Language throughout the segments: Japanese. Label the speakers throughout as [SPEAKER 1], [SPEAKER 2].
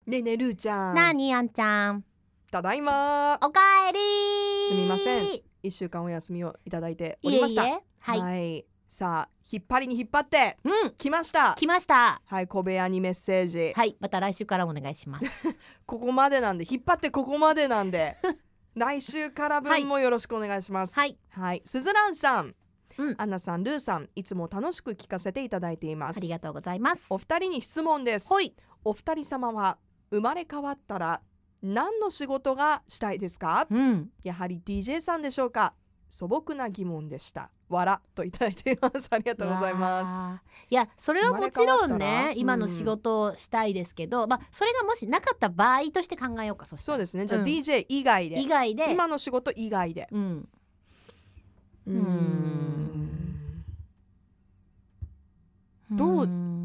[SPEAKER 1] ねえねえるーちゃん。
[SPEAKER 2] なにあんちゃん、
[SPEAKER 1] ただいま。
[SPEAKER 2] おかえり。
[SPEAKER 1] すみません、1週間お休みをいただいておりました。
[SPEAKER 2] いえいえ、はい、
[SPEAKER 1] さあ引っ張りに引っ張って来ました。
[SPEAKER 2] 来ました。
[SPEAKER 1] はい、小部屋にメッセージ。
[SPEAKER 2] はい、また来週からお願いします。
[SPEAKER 1] ここまでなんで、引っ張ってここまでなんで来週から分もよろしくお願いします。
[SPEAKER 2] はい、
[SPEAKER 1] はい、すずらんさん、
[SPEAKER 2] ア
[SPEAKER 1] ンナさん、ルーさん、いつも楽しく聞かせていただいています。
[SPEAKER 2] ありがとうございます。
[SPEAKER 1] お二人に質問です。
[SPEAKER 2] はい、
[SPEAKER 1] お二人様は生まれ変わったら何の仕事がしたいですか？やはり DJ さんでしょうか？素朴な疑問でした。わらといただいています。ありがとうございます。
[SPEAKER 2] いや、それはもちろんね、今の仕事をしたいですけど、それがもしなかった場合として考えようか。
[SPEAKER 1] そうですね。じゃあ、DJ 以外で今の仕事以外で、どう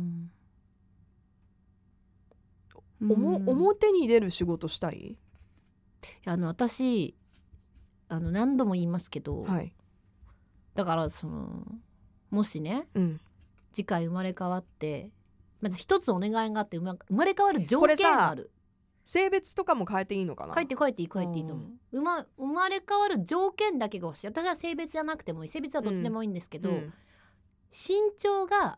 [SPEAKER 1] 表に出る仕事したい？
[SPEAKER 2] 私何度も言いますけど、
[SPEAKER 1] はい、
[SPEAKER 2] だからもしね、次回生まれ変わってまず一つお願いがあって、生まれ変わる条件がある。
[SPEAKER 1] 性別とかも変えていいのかな？
[SPEAKER 2] 変えていいと思う。生まれ変わる条件だけが欲しい。私は性別じゃなくてもいい。性別はどっちでもいいんですけど、身長が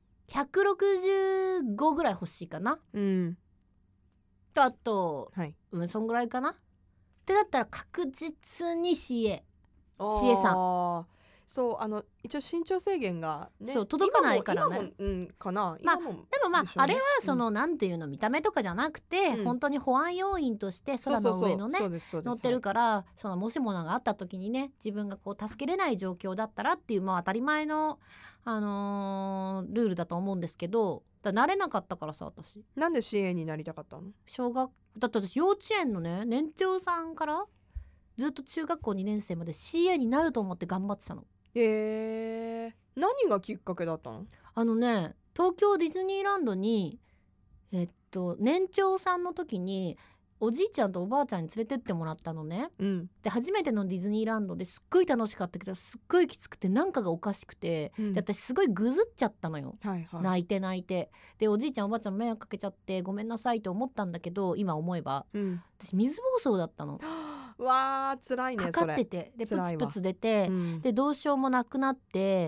[SPEAKER 2] 165ぐらい欲しいかな。とあと、そんぐらいかなってだったら確実に CA さん。
[SPEAKER 1] そう一応身長制限が、ね、
[SPEAKER 2] そう届かないからね。
[SPEAKER 1] かな。
[SPEAKER 2] でもあれはなんていうの、見た目とかじゃなくて、本当に保安要員として空の上のね乗ってるから、もしものがあった時にね、自分がこう助けれない状況だったらっていう、当たり前の、ルールだと思うんですけど、慣れなかったからさ。私
[SPEAKER 1] なんで CA になりたかったの？
[SPEAKER 2] だって私幼稚園のね年長さんからずっと中学校2年生まで CA になると思って頑張ってたの。
[SPEAKER 1] 何がきっかけだったの？
[SPEAKER 2] 東京ディズニーランドに年長さんの時におじいちゃんとおばあちゃんに連れてってもらったのね。で初めてのディズニーランドですっごい楽しかったけど、すっごいきつくてなんかがおかしくて、で私すごいぐずっちゃったのよ、泣いてでおじいちゃんおばあちゃん迷惑かけちゃってごめんなさいと思ったんだけど、今思えば、私水疱瘡だったの。
[SPEAKER 1] わー辛いね。
[SPEAKER 2] かかってて、でプツプツ出て、でどうしようもなくなって、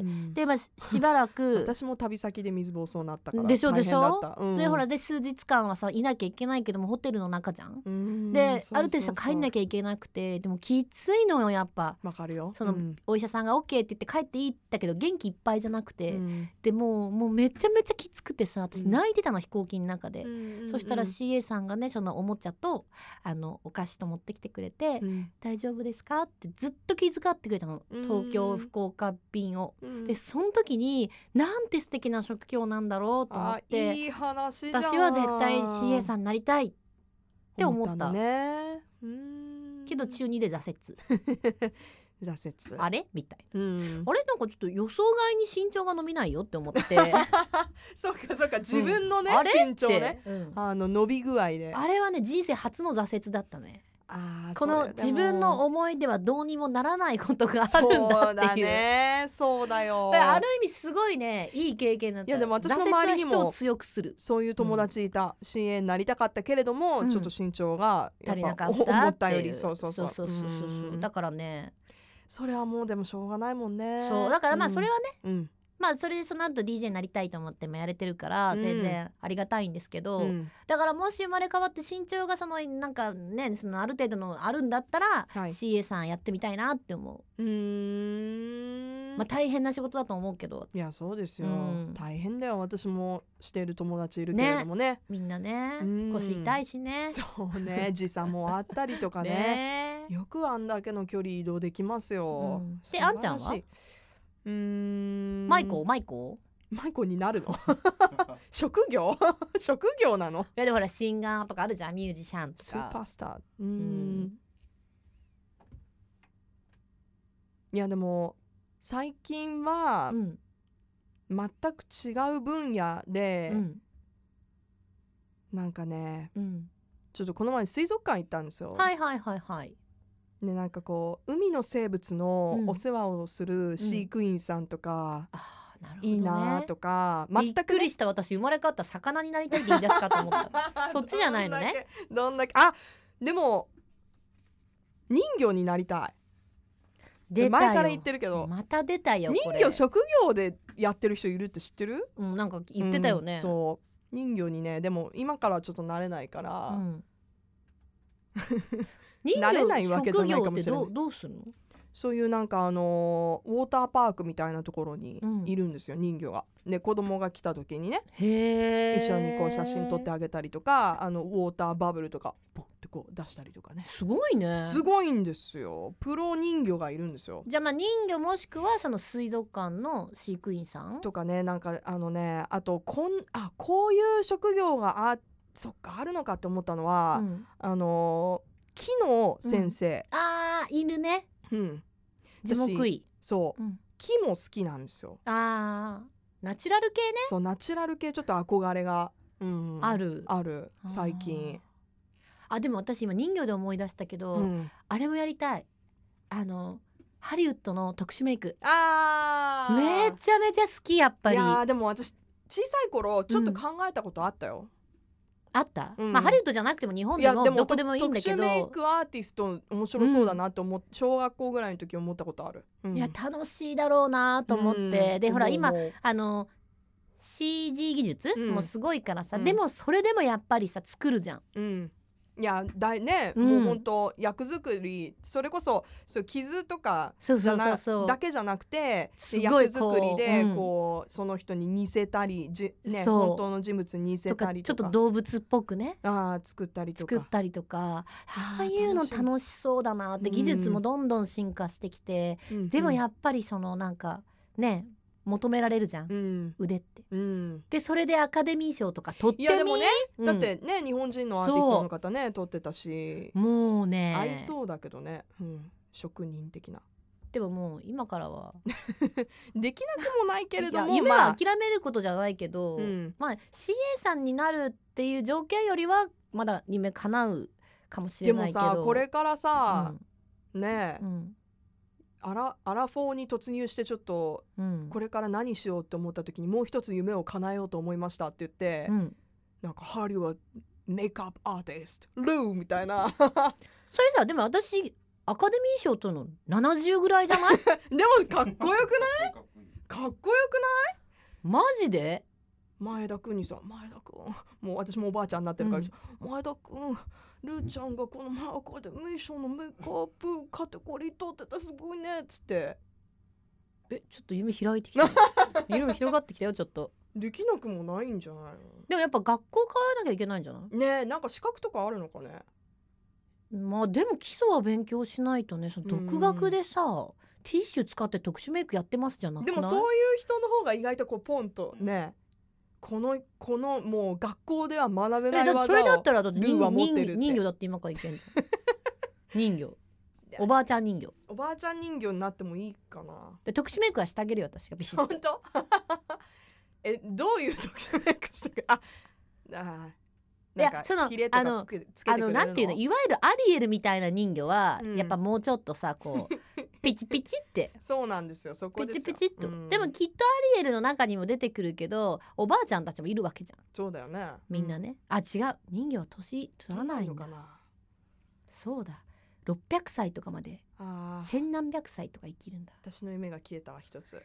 [SPEAKER 2] でしばらく
[SPEAKER 1] 私も旅先で水疱瘡になったから
[SPEAKER 2] でしょ
[SPEAKER 1] 大変だった。
[SPEAKER 2] でほらで数日間はさいなきゃいけないけども、ホテルの中じゃん。である程度さ帰んなきゃいけなくて、でもきついのよやっぱ。
[SPEAKER 1] わかるよ。
[SPEAKER 2] お医者さんが OK って言って帰っていいんだけど、元気いっぱいじゃなくて、でもうめちゃめちゃきつくてさ、私泣いてたの、飛行機の中で。そしたら CA さんがね、そのおもちゃとお菓子と持ってきてくれて、大丈夫ですかってずっと気遣ってくれたの、東京福岡便を。でその時になんて素敵な職業なんだろうと思って、
[SPEAKER 1] いい話じゃん。
[SPEAKER 2] 私は絶対 CA さんになりたいって思った
[SPEAKER 1] ね。
[SPEAKER 2] けど中2で挫折
[SPEAKER 1] 挫折
[SPEAKER 2] あれみたいな、あれなんかちょっと予想外に身長が伸びないよって思って
[SPEAKER 1] そうか自分のね、身長ね、伸び具合で、
[SPEAKER 2] あれはね人生初の挫折だったね。この自分の思いではどうにもならないことがあるんだっていう。
[SPEAKER 1] そうだよ。
[SPEAKER 2] ある意味すごいねいい経験だった。
[SPEAKER 1] いやでも私の周りにも
[SPEAKER 2] 強くする
[SPEAKER 1] そういう友達いた。CA になりたかったけれども、ちょっと身長が
[SPEAKER 2] 足りなかった
[SPEAKER 1] 思ったより。そう
[SPEAKER 2] だからね、
[SPEAKER 1] それはもうでもしょうがないもんね。
[SPEAKER 2] そうだからそれはね、それでその後 DJ になりたいと思ってもやれてるから全然ありがたいんですけど、だからもし生まれ変わって身長がなんかねある程度のあるんだったら、CA さんやってみたいなって思う。大変な仕事だと思うけど。
[SPEAKER 1] いやそうですよ、大変だよ。私もしている友達いるけれどもね、
[SPEAKER 2] みんなね腰痛いしね。
[SPEAKER 1] そうね時差もあったりとかねよくあんだけの距離移動できますよ。
[SPEAKER 2] であんちゃんはマイコ
[SPEAKER 1] になるの職業なの？
[SPEAKER 2] いやでもほらシンガーとかあるじゃん、ミュージシャンとか
[SPEAKER 1] スーパースター。いやでも最近は全く違う分野で、なんかね、ちょっとこの前水族館行ったんですよ。でなんかこう海の生物のお世話をする飼育員さんとか、 いいなとか、
[SPEAKER 2] びっくりした。私生まれ変わったら魚になりたいって言い出すかと思ったそっちじゃないのね。
[SPEAKER 1] どんだけあ、でも人魚になりたい。前から言ってるけど、
[SPEAKER 2] また出たよ。
[SPEAKER 1] 人魚職業でやってる人いるって知ってる？
[SPEAKER 2] なんか言ってたよね。
[SPEAKER 1] そう人魚にね。でも今からちょっと慣れないから、慣れないわけじゃないかもしれない。
[SPEAKER 2] どうするの？
[SPEAKER 1] そういうなんかウォーターパークみたいなところにいるんですよ、人魚が。で子供が来た時にね、一緒にこう写真撮ってあげたりとか、ウォーターバブルとかポッてこう出したりとかね。
[SPEAKER 2] すごいね。
[SPEAKER 1] すごいんですよ。プロ人魚がいるんですよ。
[SPEAKER 2] じゃあまあ人魚もしくはその水族館の飼育員さん
[SPEAKER 1] とかね、なんかあとこういう職業があるのかって思ったのは、木の先生、
[SPEAKER 2] いるね。樹木医。
[SPEAKER 1] そう、木も好きなんですよ。
[SPEAKER 2] ナチュラル系ね。
[SPEAKER 1] そう、ナチュラル系ちょっと憧れが、ある最近。
[SPEAKER 2] でも私今人魚で思い出したけど、あれもやりたい。ハリウッドの特殊メイク。めちゃめちゃ好き。やっぱり。いや
[SPEAKER 1] でも私小さい頃ちょっと考えたことあったよ。
[SPEAKER 2] あった、まあハリウッドじゃなくても日本でもどこでもいいんだけど、
[SPEAKER 1] 特殊メイクアーティスト面白そうだなと思って、小学校ぐらいの時思ったことある。
[SPEAKER 2] いや楽しいだろうなと思って、でほら今CG 技術もすごいからさ、でもそれでもやっぱりさ作るじゃん。いや
[SPEAKER 1] ね、もうほんと役作り、それこそ傷とかだけじゃなくて、役作りでこうその人に似せたり、本当の人物に似せたりとか、
[SPEAKER 2] ちょっと動物っぽくね
[SPEAKER 1] 作ったりとか、
[SPEAKER 2] ああいうの楽しそうだなって。技術もどんどん進化してきて、でもやっぱりそのなんかね求められるじゃん、腕って、でそれでアカデミー賞とか取ってみ。
[SPEAKER 1] いやでもね、だってね日本人のアーティストの方ね取ってたし、
[SPEAKER 2] もうね
[SPEAKER 1] 合いそうだけどね、職人的な。
[SPEAKER 2] でももう今からは
[SPEAKER 1] できなくもないけれども、
[SPEAKER 2] 夢は諦めることじゃないけど、まあ CA さんになるっていう条件よりはまだ夢叶うかもしれないけど。
[SPEAKER 1] でもさこれからさ、ねえ、アラフォーに突入してちょっと、これから何しようって思った時にもう一つ夢を叶えようと思いましたって言って、なんかハリウッドメイクアップアーティストルーみたいな
[SPEAKER 2] それさ、でも私アカデミー賞との70ぐらいじゃない？で
[SPEAKER 1] もかっこよくない？かっこよくない？
[SPEAKER 2] マジで？
[SPEAKER 1] 前田君にさ、前田君もう私もおばあちゃんになってるから、前田君ルーちゃんがこの前アカデミー賞のメイクアップカテゴリー取ってた、すごいねっつって。
[SPEAKER 2] ちょっと夢開いてきた夢広がってきたよ。ちょっと
[SPEAKER 1] できなくもないんじゃないの？
[SPEAKER 2] でもやっぱ学校変えなきゃいけないんじゃない
[SPEAKER 1] ね。なんか資格とかあるのかね。
[SPEAKER 2] まあでも基礎は勉強しないとね。その独学でさ、ティッシュ使って特殊メイクやってますじゃなくない？
[SPEAKER 1] でもそういう人の方が意外とこうポンとね、このもう学校では学べない技を
[SPEAKER 2] それだったら
[SPEAKER 1] ルーは持ってるって。
[SPEAKER 2] 人魚だって今からいけんじゃん人魚、おばあちゃん人魚、
[SPEAKER 1] おばあちゃん人魚になってもいいかな。
[SPEAKER 2] で特殊メイクはしてあげるよ私がビシッと。
[SPEAKER 1] 本当？どういう特殊メイクしてくる？なんかヒレとかつけてくれるの？
[SPEAKER 2] なんていうの、いわゆるアリエルみたいな人魚は、やっぱもうちょっとさこうピチピチって
[SPEAKER 1] そうなんですよ、そこですよ。
[SPEAKER 2] ピチピチっと、でもきっとアリエルの中にも出てくるけど、おばあちゃんたちもいるわけじゃん。
[SPEAKER 1] そうだよね、
[SPEAKER 2] みんなね。違う、人魚は年取らないんだ。そうだ、600歳とかまで、千何百歳とか生きるんだ。
[SPEAKER 1] 私の夢が消えたわ一つ。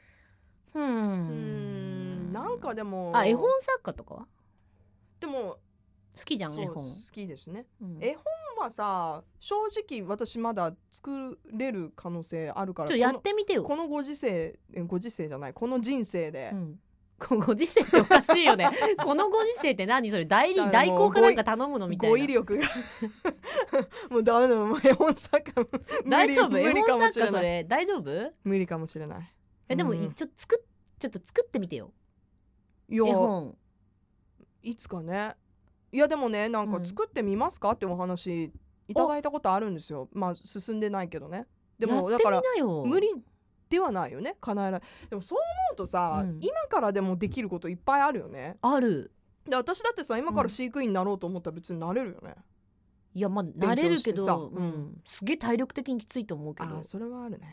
[SPEAKER 1] なんかでも
[SPEAKER 2] 絵本作家とかは？
[SPEAKER 1] でも
[SPEAKER 2] 好きじゃん、絵本。
[SPEAKER 1] 好きですね、絵本はさ、正直私まだ作れる可能性あるから、
[SPEAKER 2] ちょっとやってみてよ。
[SPEAKER 1] このご時世じゃない、この人生で、
[SPEAKER 2] ご時世っておかしいよねこのご時世って何？それ代行かなんか頼むのみたいな。
[SPEAKER 1] 語彙力がもうダメだよ、絵本作家
[SPEAKER 2] 大丈夫？絵本作家それ大丈夫？
[SPEAKER 1] 無理かもしれない。
[SPEAKER 2] でもちょっと作ってみてよ。絵本
[SPEAKER 1] いつかね。いやでもね、なんか作ってみますかってお話いただいたことあるんですよ。まあ進んでないけどね。でもだから無理ではないよね、叶えられ。でもそう思うとさ、今からでもできることいっぱいあるよね。
[SPEAKER 2] ある。
[SPEAKER 1] で私だってさ、今から飼育員になろうと思ったら別になれるよね。
[SPEAKER 2] いやまあなれるけど、すげえ体力的にきついと思うけど。
[SPEAKER 1] それはあるね。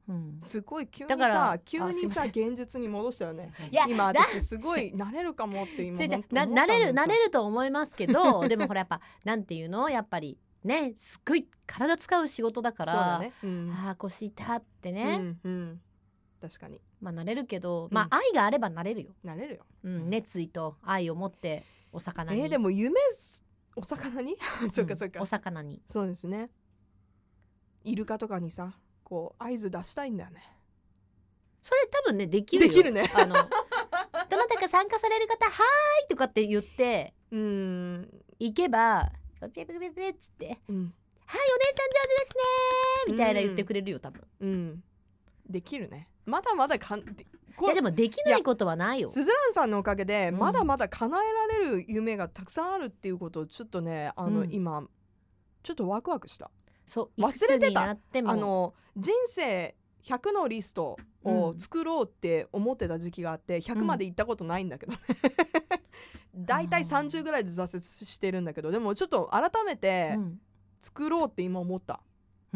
[SPEAKER 1] すごい急に
[SPEAKER 2] だから
[SPEAKER 1] さ現実に戻したよね。
[SPEAKER 2] いや
[SPEAKER 1] 今私すごい慣れるかもって今思った
[SPEAKER 2] 慣れると思いますけどでもほらやっぱなんていうのやっぱりねすっごい体使う仕事だから、
[SPEAKER 1] そうだね、
[SPEAKER 2] 腰痛ってね、
[SPEAKER 1] 確かに
[SPEAKER 2] まあ慣れるけど、まあ愛があれば慣れるよ。
[SPEAKER 1] 慣れるよ、
[SPEAKER 2] 熱意と愛を持ってお魚に。
[SPEAKER 1] でもお魚にそうかそうか、
[SPEAKER 2] お魚に。
[SPEAKER 1] そうですね。イルカとかにさこう合図出したいんだよね。
[SPEAKER 2] それ多分ねできるよ。
[SPEAKER 1] できるね。
[SPEAKER 2] どなたか参加される方はーいとかって言って行けばピピピピっつって、はいお姉さん上手ですねみたいな言ってくれるよ多分。
[SPEAKER 1] できるね。まだまだ
[SPEAKER 2] でもできないことはないよ。
[SPEAKER 1] スズランさんのおかげでまだまだ叶えられる夢がたくさんあるっていうことをちょっとね今ちょっとワクワクした。
[SPEAKER 2] そう
[SPEAKER 1] 忘れてた。
[SPEAKER 2] 人
[SPEAKER 1] 生100のリストを作ろうって思ってた時期があって100まで行ったことないんだけどね、だいたい30ぐらいで挫折してるんだけど、でもちょっと改めて作ろうって今思った。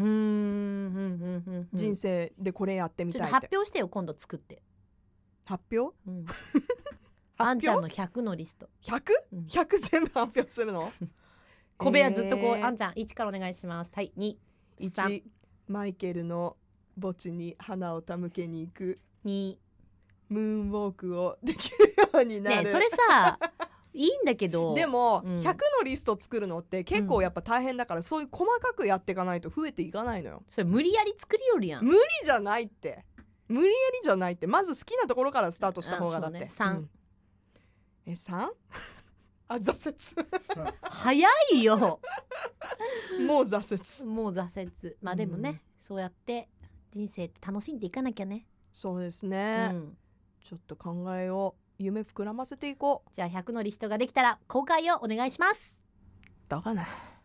[SPEAKER 1] 人生でこれやってみたいって。
[SPEAKER 2] ちょっと発表してよ今度作って。
[SPEAKER 1] 発表？
[SPEAKER 2] あんちゃんの100のリスト。
[SPEAKER 1] 100 全部発表するの？
[SPEAKER 2] 小部屋ずっとこう、あんちゃん1からお願いします。はい、2、
[SPEAKER 1] 1マイケルの墓地に花を手向けに行く。
[SPEAKER 2] 2
[SPEAKER 1] ムーンウォークをできるようになる。
[SPEAKER 2] ね、それさいいんだけど
[SPEAKER 1] でも、100のリスト作るのって結構やっぱ大変だから、そういう細かくやっていかないと増えていかないのよ。
[SPEAKER 2] それ無理やり作りよりやん。
[SPEAKER 1] 無理じゃないって、無理やりじゃないって。まず好きなところからスタートした方がだって。
[SPEAKER 2] 3、
[SPEAKER 1] 3？あ、挫折
[SPEAKER 2] 早いよ
[SPEAKER 1] もう挫折。
[SPEAKER 2] もう挫折。まあでもね、そうやって人生って楽しんでいかなきゃね。
[SPEAKER 1] そうですね、ちょっと考えよう。夢膨らませていこう。
[SPEAKER 2] じゃあ100のリストができたら公開をお願いします。
[SPEAKER 1] だかな。